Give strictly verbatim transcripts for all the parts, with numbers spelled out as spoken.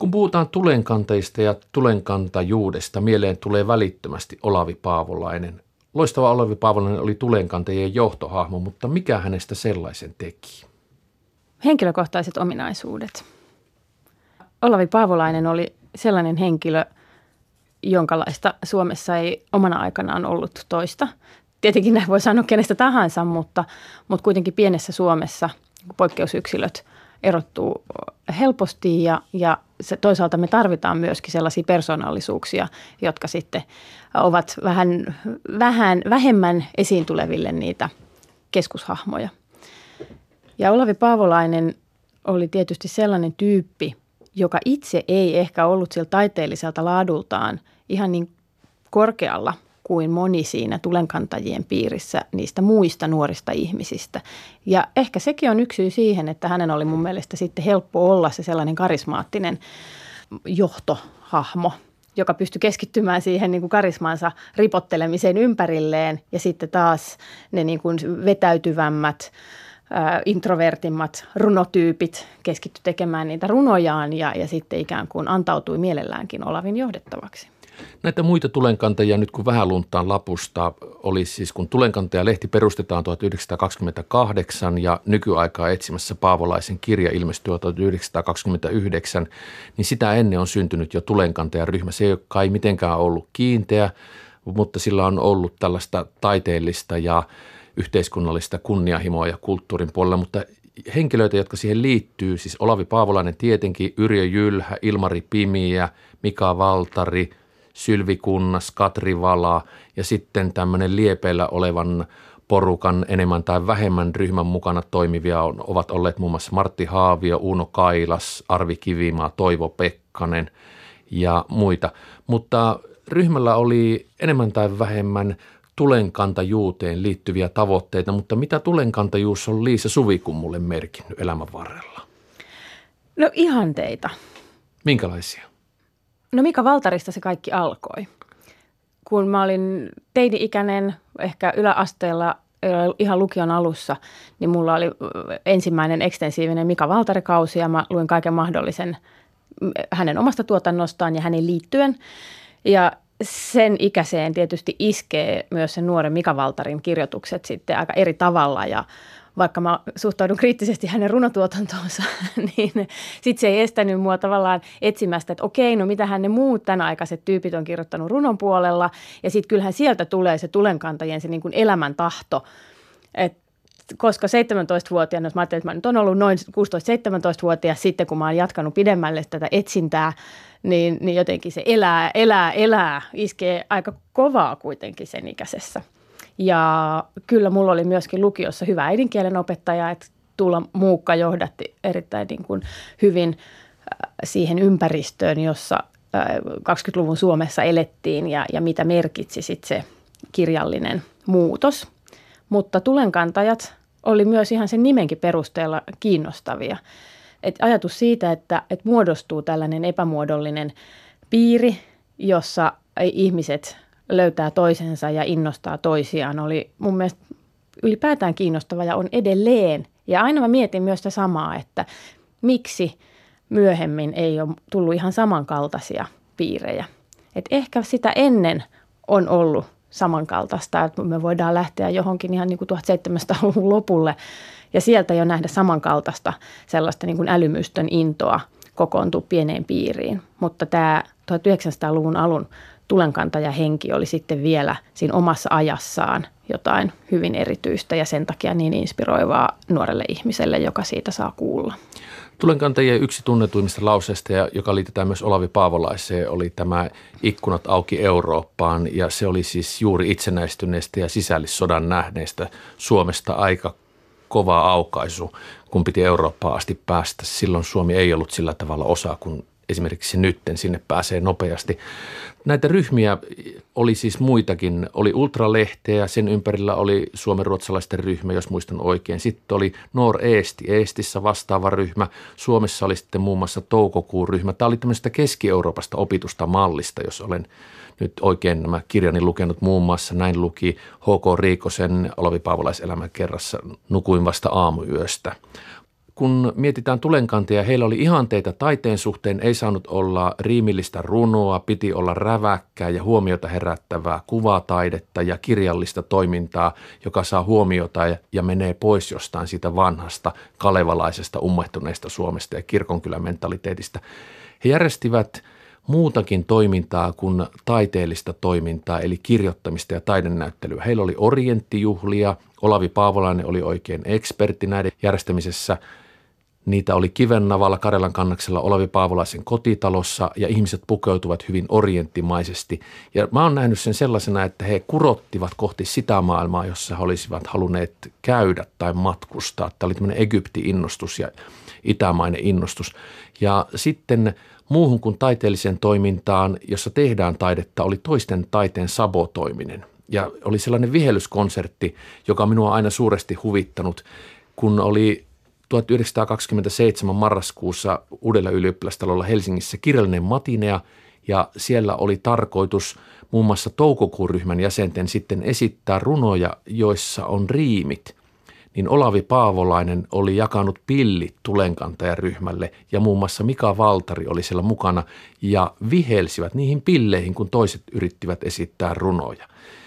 Kun puhutaan tulenkantajista ja tulenkantajuudesta, mieleen tulee välittömästi Olavi Paavolainen. Loistava Olavi Paavolainen oli tulenkantajien johtohahmo, mutta mikä hänestä sellaisen teki? Henkilökohtaiset ominaisuudet. Olavi Paavolainen oli sellainen henkilö, jonkalaista Suomessa ei omana aikanaan ollut toista. Tietenkin näin voi sanoa kenestä tahansa, mutta, mutta kuitenkin pienessä Suomessa poikkeusyksilöt erottuu helposti ja, ja se, toisaalta me tarvitaan myöskin sellaisia persoonallisuuksia, jotka sitten ovat vähän, vähän vähemmän esiin tuleville niitä keskushahmoja. Ja Olavi Paavolainen oli tietysti sellainen tyyppi, joka itse ei ehkä ollut sillä taiteelliselta laadultaan ihan niin korkealla kuin moni siinä tulenkantajien piirissä niistä muista nuorista ihmisistä. Ja ehkä sekin on yksi syy siihen, että hänen oli mun mielestä sitten helppo olla se sellainen karismaattinen johtohahmo, joka pystyi keskittymään siihen niin kuin karismansa ripottelemiseen ympärilleen ja sitten taas ne niin kuin vetäytyvämmät, introvertimmat runotyypit keskittyi tekemään niitä runojaan ja, ja sitten ikään kuin antautui mielelläänkin Olavin johdettavaksi. Näitä muita tulenkantajia nyt kun vähän luntaan lapusta oli siis, kun Tulenkantaja-lehti perustetaan tuhatyhdeksänsataakaksikymmentäkahdeksan ja nykyaikaa etsimässä Paavolaisen kirja ilmestyy tuhatyhdeksänsataakaksikymmentäyhdeksän, niin sitä ennen on syntynyt jo Tulenkantaja-ryhmä. Se ei ole kai mitenkään ollut kiinteä, mutta sillä on ollut tällaista taiteellista ja yhteiskunnallista kunnianhimoa ja kulttuurin puolella, mutta henkilöitä, jotka siihen liittyy, siis Olavi Paavolainen tietenkin, Yrjö Jylhä, Ilmari Pimiä, Mika Valtari, Sylvi Kunnas, Katri Vala ja sitten tämmöinen liepeillä olevan porukan enemmän tai vähemmän ryhmän mukana toimivia on, ovat olleet muun muassa Martti Haavio, Uno Kailas, Arvi Kivimaa, Toivo Pekkanen ja muita. Mutta ryhmällä oli enemmän tai vähemmän tulenkantajuuteen liittyviä tavoitteita, mutta mitä tulenkantajuus on Liisa Suvikummulle merkinnyt elämän varrella? No ihanteita. Minkälaisia? No Mika Valtarista se kaikki alkoi. Kun mä olin teini-ikäinen, ehkä yläasteella, ihan lukion alussa, niin mulla oli ensimmäinen ekstensiivinen Mika Valtari-kausi ja mä luin kaiken mahdollisen hänen omasta tuotannostaan ja hänen liittyen. Ja sen ikäiseen tietysti iskee myös sen nuoren Mika Valtarin kirjoitukset sitten aika eri tavalla ja vaikka mä suhtaudun kriittisesti hänen runotuotantoonsa, niin sitten se ei estänyt mua tavallaan etsimästä, että okei, no mitähän ne muut tämän aikaiset tyypit on kirjoittanut runon puolella. Ja sitten kyllähän sieltä tulee se tulenkantajien se niin kuin elämäntahto, että koska seitsemäntoistavuotiaana, jos mä ajattelin, että mä nyt on ollut noin kuusitoista-seitsemäntoistavuotias sitten, kun mä oon jatkanut pidemmälle tätä etsintää, niin, niin jotenkin se elää, elää, elää, iskee aika kovaa kuitenkin sen ikäisessä. Ja kyllä mulla oli myöskin lukiossa hyvä äidinkielen opettaja, että Tuula Muukka johdatti erittäin niin kuin hyvin siihen ympäristöön, jossa kaksikymmentäluvun Suomessa elettiin ja, ja mitä merkitsi sitten se kirjallinen muutos. Mutta tulenkantajat oli myös ihan sen nimenkin perusteella kiinnostavia. Et ajatus siitä, että, että muodostuu tällainen epämuodollinen piiri, jossa ihmiset löytää toisensa ja innostaa toisiaan, oli mun mielestä ylipäätään kiinnostava ja on edelleen. Ja aina mä mietin myös sitä samaa, että miksi myöhemmin ei ole tullut ihan samankaltaisia piirejä. Et ehkä sitä ennen on ollut samankaltaista, että me voidaan lähteä johonkin ihan niin kuin tuhatseitsemänsataaluvun lopulle ja sieltä jo nähdä samankaltaista sellaista niin kuin älymystön intoa kokoontua pieneen piiriin. Mutta tämä tuhatyhdeksänsataaluvun alun tulenkantajahenki oli sitten vielä siinä omassa ajassaan jotain hyvin erityistä ja sen takia niin inspiroivaa nuorelle ihmiselle, joka siitä saa kuulla. Tulenkantajien yksi tunnetuimmista lauseista, joka liitetään myös Olavi Paavolaiseen, oli tämä ikkunat auki Eurooppaan ja se oli siis juuri itsenäistyneestä ja sisällissodan nähneestä Suomesta aika kova aukaisu, kun piti Eurooppaan asti päästä. Silloin Suomi ei ollut sillä tavalla osa kuin esimerkiksi nytten, sinne pääsee nopeasti. Näitä ryhmiä oli siis muitakin. Oli Ultralehteä, sen ympärillä oli suomenruotsalaisten ryhmä, jos muistan oikein. Sitten oli Nor Eesti, Eestissä vastaava ryhmä. Suomessa oli sitten muun muassa Toukokuun ryhmä. Tämä oli tämmöisestä Keski-Euroopasta opitusta mallista, jos olen nyt oikein nämä kirjani lukenut muun muassa. Näin luki H K Riikosen Olavi Paavolaiselämän kerrassa Nukuin vasta aamuyöstä. kun mietitään tulenkantajia, heillä oli ihanteita taiteen suhteen, ei saanut olla riimillistä runoa, piti olla räväkkää ja huomiota herättävää kuvataidetta ja kirjallista toimintaa, joka saa huomiota ja, ja menee pois jostain siitä vanhasta kalevalaisesta ummehtuneesta Suomesta ja kirkonkylämentaliteetista. He järjestivät muutakin toimintaa kuin taiteellista toimintaa, eli kirjoittamista ja taidenäyttelyä. Heillä oli orienttijuhlia, Olavi Paavolainen oli oikein ekspertti näiden järjestämisessä. Niitä oli Kivennavalla, Karjalan kannaksella, Olavi Paavolaisen kotitalossa ja ihmiset pukeutuvat hyvin orienttimaisesti. Ja mä oon nähnyt sen sellaisena, että he kurottivat kohti sitä maailmaa, jossa he olisivat halunneet käydä tai matkustaa. Tämä oli tämmöinen Egypti-innostus ja itämainen innostus. Ja sitten muuhun kuin taiteelliseen toimintaan, jossa tehdään taidetta, oli toisten taiteen sabotoiminen. Ja oli sellainen vihellyskonsertti, joka minua on aina suuresti huvittanut, kun oli tuhatyhdeksänsataakaksikymmentäseitsemän marraskuussa Uudella ylioppilastalolla Helsingissä kirjallinen matinea, ja siellä oli tarkoitus muun muassa toukokuun ryhmän jäsenten sitten esittää runoja, joissa on riimit. Niin Olavi Paavolainen oli jakanut pillit tulenkantajaryhmälle ja muun muassa Mika Valtari oli siellä mukana ja vihelsivät niihin pilleihin, kun toiset yrittivät esittää runoja.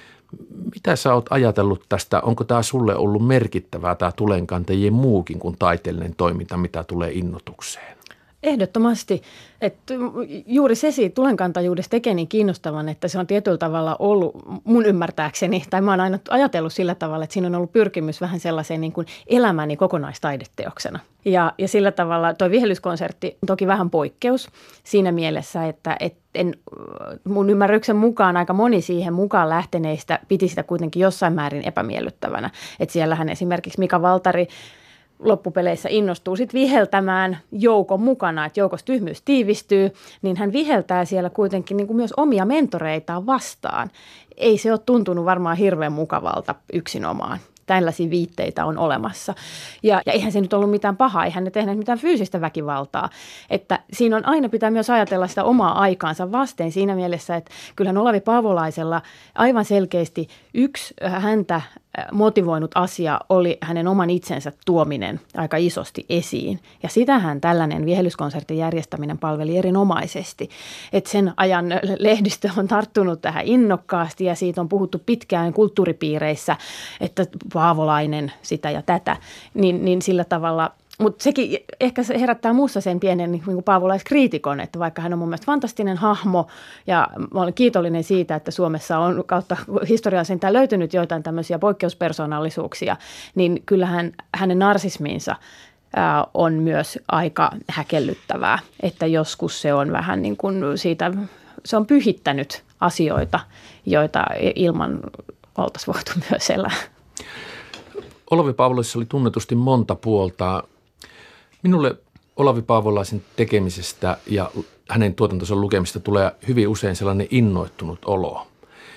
Mitä sä oot ajatellut tästä? Onko tämä sulle ollut merkittävää tämä tulenkantajien muukin kuin taiteellinen toiminta, mitä tulee innotukseen? Ehdottomasti. Että juuri se siitä tulenkantajuudesta tekee niin kiinnostavan, että se on tietyllä tavalla ollut mun ymmärtääkseni, tai mä oon aina ajatellut sillä tavalla, että siinä on ollut pyrkimys vähän sellaiseen niin kuin elämäni kokonaistaideteoksena. Ja, ja sillä tavalla toi vihellyskonsertti on toki vähän poikkeus siinä mielessä, että et en, mun ymmärryksen mukaan aika moni siihen mukaan lähteneistä piti sitä kuitenkin jossain määrin epämiellyttävänä. Että siellähän esimerkiksi Mika Valtari loppupeleissä innostuu sitten viheltämään joukon mukana, että joukossa tyhmyys tiivistyy, niin hän viheltää siellä kuitenkin niin kuin myös omia mentoreitaan vastaan. Ei se ole tuntunut varmaan hirveän mukavalta yksinomaan. Tällaisia viitteitä on olemassa. Ja, ja eihän se nyt ollut mitään pahaa, eihän ne tehneet mitään fyysistä väkivaltaa. Että siinä on aina pitää myös ajatella sitä omaa aikaansa vasten siinä mielessä, että kyllähän Olavi Paavolaisella aivan selkeästi yksi häntä motivoinut asia oli hänen oman itsensä tuominen aika isosti esiin. Ja sitähän tällainen vihellyskonsertin järjestäminen palveli erinomaisesti. Että sen ajan lehdistö on tarttunut tähän innokkaasti ja siitä on puhuttu pitkään kulttuuripiireissä, että Paavolainen sitä ja tätä, niin, niin sillä tavalla. Mutta sekin ehkä se herättää muussa sen pienen niin kuin paavolaiskriitikon, että vaikka hän on mun mielestä fantastinen hahmo ja mä olen kiitollinen siitä, että Suomessa on kautta historian sentään löytynyt joitain tämmöisiä poikkeuspersoonallisuuksia, niin kyllähän hänen narsismiinsa ää, on myös aika häkellyttävää, että joskus se on vähän niin kuin siitä, se on pyhittänyt asioita, joita ilman oltaisiin voitu myös elää. Olavi Paavolaisessa oli tunnetusti monta puolta. Minulle Olavi Paavolaisen tekemisestä ja hänen tuotantonsa lukemista tulee hyvin usein sellainen innoittunut olo.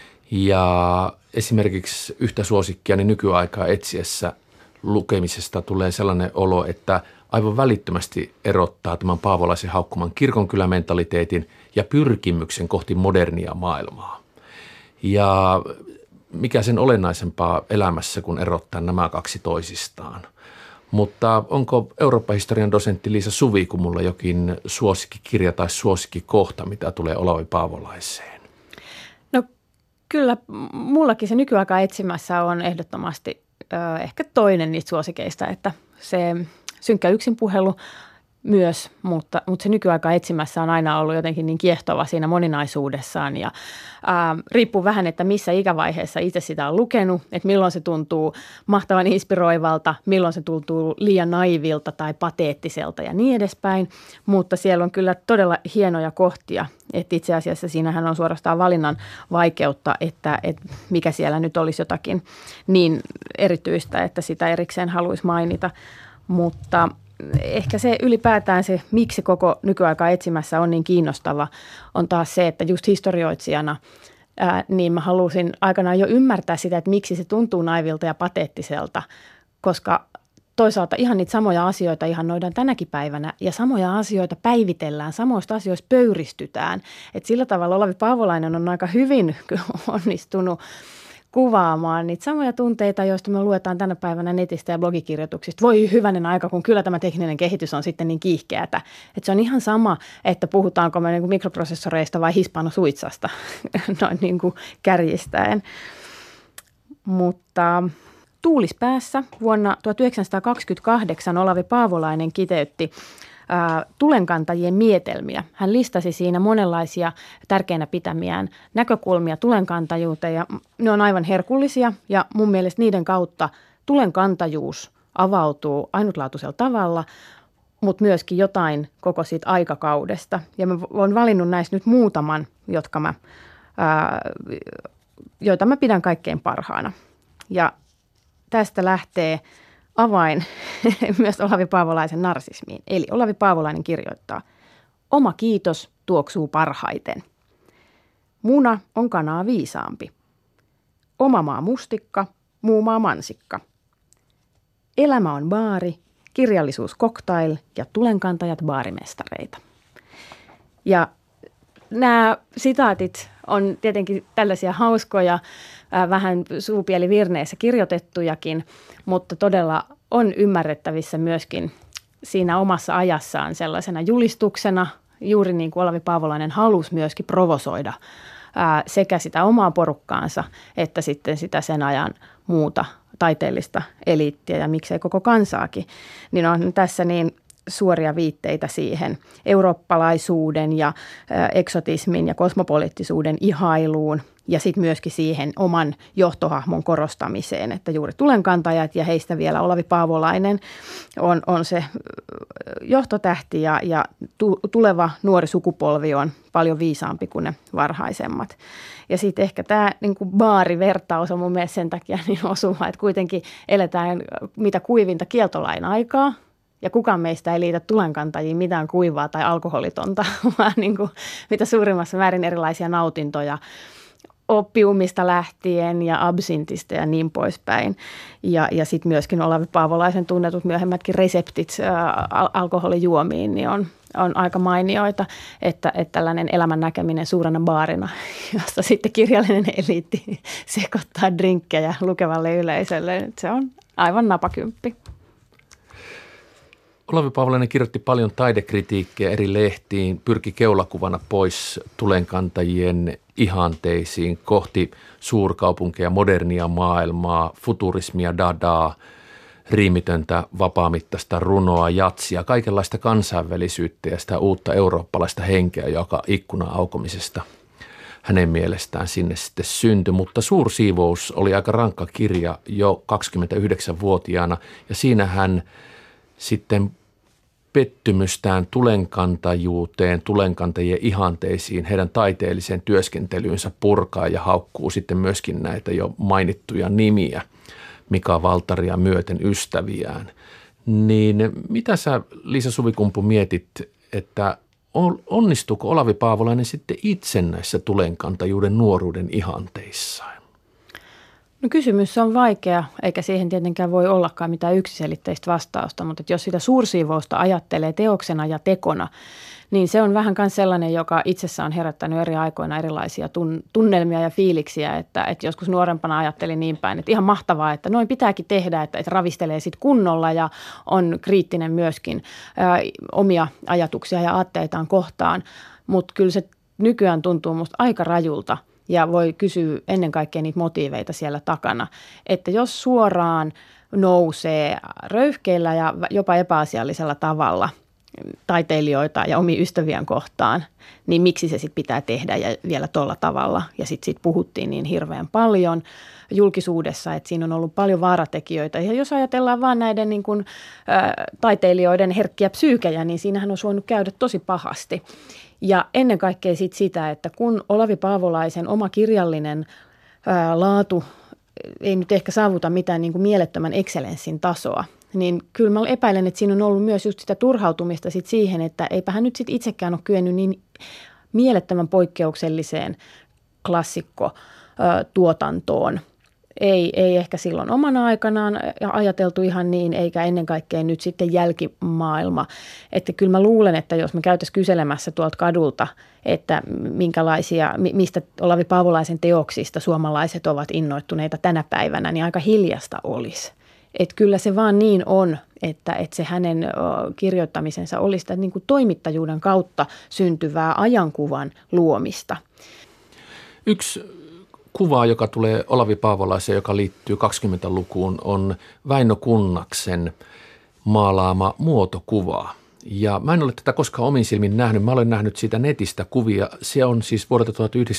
Ja esimerkiksi yhtä suosikkiani nykyaikaa etsiessä lukemisesta tulee sellainen olo, että aivan välittömästi erottaa tämän Paavolaisen haukkuman kirkonkylämentaliteetin ja pyrkimyksen kohti modernia maailmaa. Ja mikä sen olennaisempaa elämässä, kun erottaa nämä kaksi toisistaan. Mutta onko Eurooppa-historian dosentti Liisa Suvikulla jokin suosikkikirja tai suosikkikohta, mitä tulee Olavi Paavolaiseen? No kyllä, mullakin se nykyaika etsimässä on ehdottomasti ö, ehkä toinen niistä suosikeista, että se synkkä yksinpuhelu myös, mutta, mutta se nykyaika etsimässä on aina ollut jotenkin niin kiehtova siinä moninaisuudessaan ja ää, riippuu vähän, että missä ikävaiheessa itse sitä on lukenut, että milloin se tuntuu mahtavan inspiroivalta, milloin se tuntuu liian naivilta tai pateettiselta ja niin edespäin, mutta siellä on kyllä todella hienoja kohtia, että itse asiassa siinähän on suorastaan valinnan vaikeutta, että, että mikä siellä nyt olisi jotakin niin erityistä, että sitä erikseen haluaisi mainita, mutta ehkä se ylipäätään se, miksi koko nykyaika etsimässä on niin kiinnostava, on taas se, että just historioitsijana, ää, niin mä halusin aikanaan jo ymmärtää sitä, että miksi se tuntuu naivilta ja pateettiselta, koska toisaalta ihan niitä samoja asioita ihannoidaan tänäkin päivänä ja samoja asioita päivitellään, samoista asioista pöyristytään. Et sillä tavalla Olavi Paavolainen on aika hyvin onnistunut kuvaamaan niitä samoja tunteita, joista me luetaan tänä päivänä netistä ja blogikirjoituksista. Voi hyvänen aika, kun kyllä tämä tekninen kehitys on sitten niin kiihkeätä. Että se on ihan sama, että puhutaanko me niin kuin mikroprosessoreista vai hispanosuitsasta, noin niin kuin kärjistäen. Mutta Tuulispäässä vuonna tuhatyhdeksänsataakaksikymmentäkahdeksan Olavi Paavolainen kiteytti ää, tulenkantajien mietelmiä. Hän listasi siinä monenlaisia tärkeinä pitämiään näkökulmia tulenkantajuuteen ja ne on aivan herkullisia ja mun mielestä niiden kautta tulenkantajuus avautuu ainutlaatuisella tavalla, mutta myöskin jotain koko siitä aikakaudesta. Ja mä olen valinnut näistä nyt muutaman, jotka mä, ää, joita mä pidän kaikkein parhaana. Ja tästä lähtee avain myös Olavi Paavolaisen narsismiin. Eli Olavi Paavolainen kirjoittaa, oma kiitos tuoksuu parhaiten. Muna on kanaa viisaampi. Oma maa mustikka, muu maa mansikka. Elämä on baari, kirjallisuus cocktail ja tulenkantajat baarimestareita. Ja nämä sitaatit on tietenkin tällaisia hauskoja, vähän suupielivirneessä kirjoitettujakin, mutta todella on ymmärrettävissä myöskin siinä omassa ajassaan sellaisena julistuksena, juuri niin kuin Olavi Paavolainen halusi myöskin provosoida ää, sekä sitä omaa porukkaansa että sitten sitä sen ajan muuta taiteellista eliittiä ja miksei koko kansaakin, niin on tässä niin suoria viitteitä siihen eurooppalaisuuden ja ä, eksotismin ja kosmopoliittisuuden ihailuun ja sitten myöskin siihen oman johtohahmon korostamiseen, että juuri tulenkantajat ja heistä vielä Olavi Paavolainen on, on se johtotähti ja, ja tu, tuleva nuori sukupolvi on paljon viisaampi kuin ne varhaisemmat. Ja sitten ehkä tämä niin kuin baarivertaus on mun mielestä sen takia niin osuva, että kuitenkin eletään mitä kuivinta kieltolain aikaa. Ja kukaan meistä ei liitä tulenkantajiin mitään kuivaa tai alkoholitonta, vaan niin kuin mitä suurimmassa määrin erilaisia nautintoja oppiumista lähtien ja absintista ja niin poispäin. Ja, ja sitten myöskin Olavi Paavolaisen tunnetut myöhemmätkin reseptit ää, al- alkoholijuomiin niin on, on aika mainioita, että, että tällainen elämän näkeminen suurena baarina, jossa sitten kirjallinen eliitti sekoittaa drinkkejä lukevalle yleisölle, se on aivan napakymppi. Olavi Paavolainen kirjoitti paljon taidekritiikkiä eri lehtiin, pyrki keulakuvana pois tulenkantajien ihanteisiin kohti suurkaupunkeja, modernia maailmaa, futurismia, dadaa, riimitöntä vapaamittaista runoa, jatsia, kaikenlaista kansainvälisyyttä ja sitä uutta eurooppalaista henkeä, joka ikkunan aukomisesta hänen mielestään sinne sitten syntyi. Mutta Suursiivous oli aika rankka kirja jo kaksikymmentäyhdeksänvuotiaana ja siinä hän sitten pettymystään tulenkantajuuteen, tulenkantajien ihanteisiin, heidän taiteelliseen työskentelyynsä purkaa ja haukkuu sitten myöskin näitä jo mainittuja nimiä, Mika Valtaria myöten ystäviään. Niin mitä sä, Liisa Suvikumpu, mietit, että onnistuuko Olavi Paavolainen sitten itse näissä tulenkantajuuden nuoruuden ihanteissaan? No kysymys on vaikea, eikä siihen tietenkään voi ollakaan mitään yksiselitteistä vastausta, mutta jos sitä suursiivousta ajattelee teoksena ja tekona, niin se on vähän myös sellainen, joka itsessä on herättänyt eri aikoina erilaisia tun- tunnelmia ja fiiliksiä, että, että joskus nuorempana ajattelin niin päin, että ihan mahtavaa, että noin pitääkin tehdä, että, että ravistelee sitten kunnolla ja on kriittinen myöskin ää, omia ajatuksia ja aatteitaan kohtaan, mutta kyllä se nykyään tuntuu musta aika rajulta. Ja voi kysyä ennen kaikkea niitä motiiveita siellä takana, että jos suoraan nousee röyhkeillä ja jopa epäasiallisella tavalla taiteilijoita ja omia ystäviään kohtaan, niin miksi se sitten pitää tehdä ja vielä tuolla tavalla. Ja sitten sit puhuttiin niin hirveän paljon julkisuudessa, että siinä on ollut paljon vaaratekijöitä. Ja jos ajatellaan vaan näiden niin kun, ä, taiteilijoiden herkkiä psyykejä, niin siinähän on voinut käydä tosi pahasti. Ja ennen kaikkea sit sitä, että kun Olavi Paavolaisen oma kirjallinen ää, laatu ei nyt ehkä saavuta mitään niin kuin mielettömän excellenssin tasoa, niin kyllä mä epäilen, että siinä on ollut myös just sitä turhautumista sit siihen, että eipä hän nyt sit itsekään ole kyennyt niin mielettömän poikkeukselliseen klassikko-tuotantoon. Ei, ei ehkä silloin omana aikanaan ajateltu ihan niin, eikä ennen kaikkea nyt sitten jälkimaailma. Että kyllä mä luulen, että jos me käytäisiin kyselemässä tuolta kadulta, että minkälaisia, mistä Olavi Paavolaisen teoksista suomalaiset ovat innoittuneita tänä päivänä, niin aika hiljasta olisi. Että kyllä se vaan niin on, että, että se hänen kirjoittamisensa oli sitä niin kuin toimittajuuden kautta syntyvää ajankuvan luomista. Yksi kuva, joka tulee Olavi Paavolaiseen, joka liittyy kaksikymmentälukuun, on Väinö Kunnaksen maalaama muotokuva. Ja mä en ole tätä koskaan omin silmin nähnyt. Mä olen nähnyt siitä netistä kuvia. Se on siis vuodelta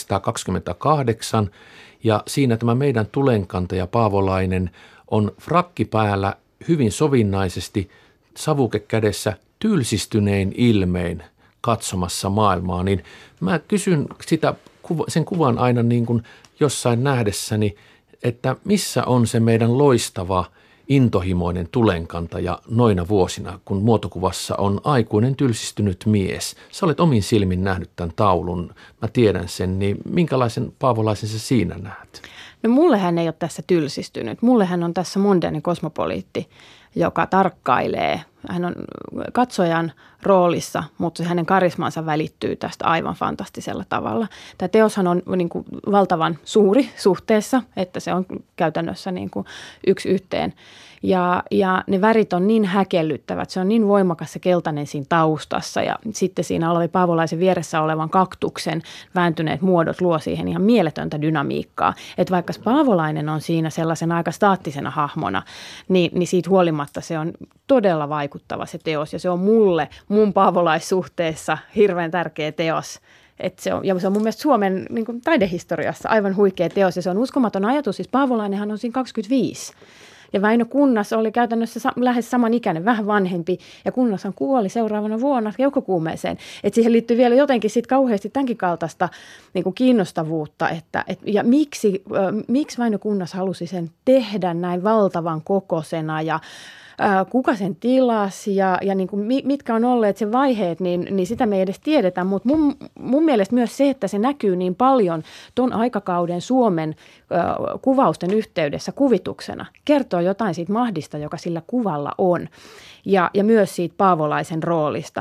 tuhatyhdeksänsataakaksikymmentäkahdeksan ja siinä tämä meidän tulenkantaja Paavolainen on frakki päällä hyvin sovinnaisesti savuke kädessä tylsistynein ilmein katsomassa maailmaa. Niin mä kysyn sitä, sen kuvan aina niin kuin jossain nähdessäni, että missä on se meidän loistava intohimoinen tulenkantaja noina vuosina, kun muotokuvassa on aikuinen tylsistynyt mies. Sä olet omin silmin nähnyt tämän taulun, mä tiedän sen, niin minkälaisen Paavolaisen sä siinä näet? No mullehän ei ole tässä tylsistynyt. Mullehän on tässä moderni kosmopoliitti, joka tarkkailee. Hän on katsojan roolissa, mutta hänen karismansa välittyy tästä aivan fantastisella tavalla. Tämä teoshan on niin kuin valtavan suuri suhteessa, että se on käytännössä niin kuin yksi yhteen. Ja, ja ne värit on niin häkellyttävät, se on niin voimakas se keltainen siinä taustassa ja sitten siinä Olavi Paavolaisen vieressä olevan kaktuksen vääntyneet muodot luo siihen ihan mieletöntä dynamiikkaa. Että vaikka Paavolainen on siinä sellaisen aika staattisena hahmona, niin, niin siitä huolimatta se on todella vaikuttava se teos ja se on mulle mun paavolaissuhteessa hirveän tärkeä teos. Et se on, ja se on mun mielestä Suomen niin kuin taidehistoriassa aivan huikea teos ja se on uskomaton ajatus. Siis Paavolainenhan on siinä kaksikymmentäviisi. Ja Väinö Kunnas oli käytännössä sa- lähes samanikäinen, vähän vanhempi, ja Kunnashan kuoli seuraavana vuonna keuhkokuumeeseen. Että siihen liittyy vielä jotenkin sit kauheasti tämänkin kaltaista niin kuin kiinnostavuutta, että et, ja miksi, äh, miksi Väinö Kunnas halusi sen tehdä näin valtavan kokoisena ja kuka sen tilasi ja, ja niin kuin mitkä on olleet sen vaiheet, niin, niin sitä me ei edes tiedetä. Mutta mun, mun mielestä myös se, että se näkyy niin paljon ton aikakauden Suomen ö, kuvausten yhteydessä kuvituksena, kertoo jotain siitä mahdista, joka sillä kuvalla on ja, ja myös siitä Paavolaisen roolista.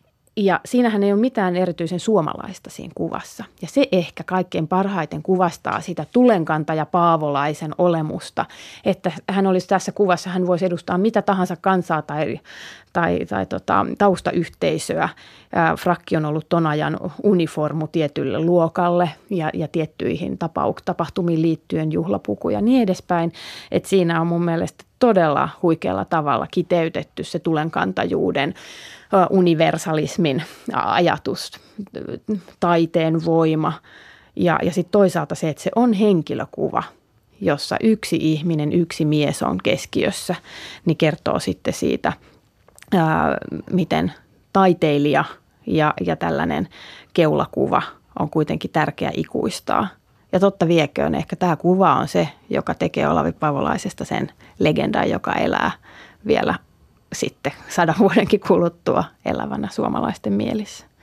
Ja siinähän ei ole mitään erityisen suomalaista siinä kuvassa. Ja se ehkä kaikkein parhaiten kuvastaa sitä tulenkantaja Paavolaisen olemusta, että hän olisi tässä kuvassa, hän voisi edustaa mitä tahansa kansaa tai, tai, tai tota, taustayhteisöä. Ää, frakki on ollut ton ajan uniformu tietylle luokalle ja, ja tiettyihin tapau- tapahtumiin liittyen juhlapuku ja niin edespäin. Et siinä on mun mielestä todella huikealla tavalla kiteytetty se tulenkantajuuden universalismin ajatus, taiteen voima ja, ja sitten toisaalta se, että se on henkilökuva, jossa yksi ihminen, yksi mies on keskiössä, niin kertoo sitten siitä, ää, miten taiteilija ja, ja tällainen keulakuva on kuitenkin tärkeä ikuistaa. Ja totta vieköön ehkä tämä kuva on se, joka tekee Olavi Paavolaisesta sen legendan, joka elää vielä sitten sadan vuodenkin kuluttua elävänä suomalaisten mielissä.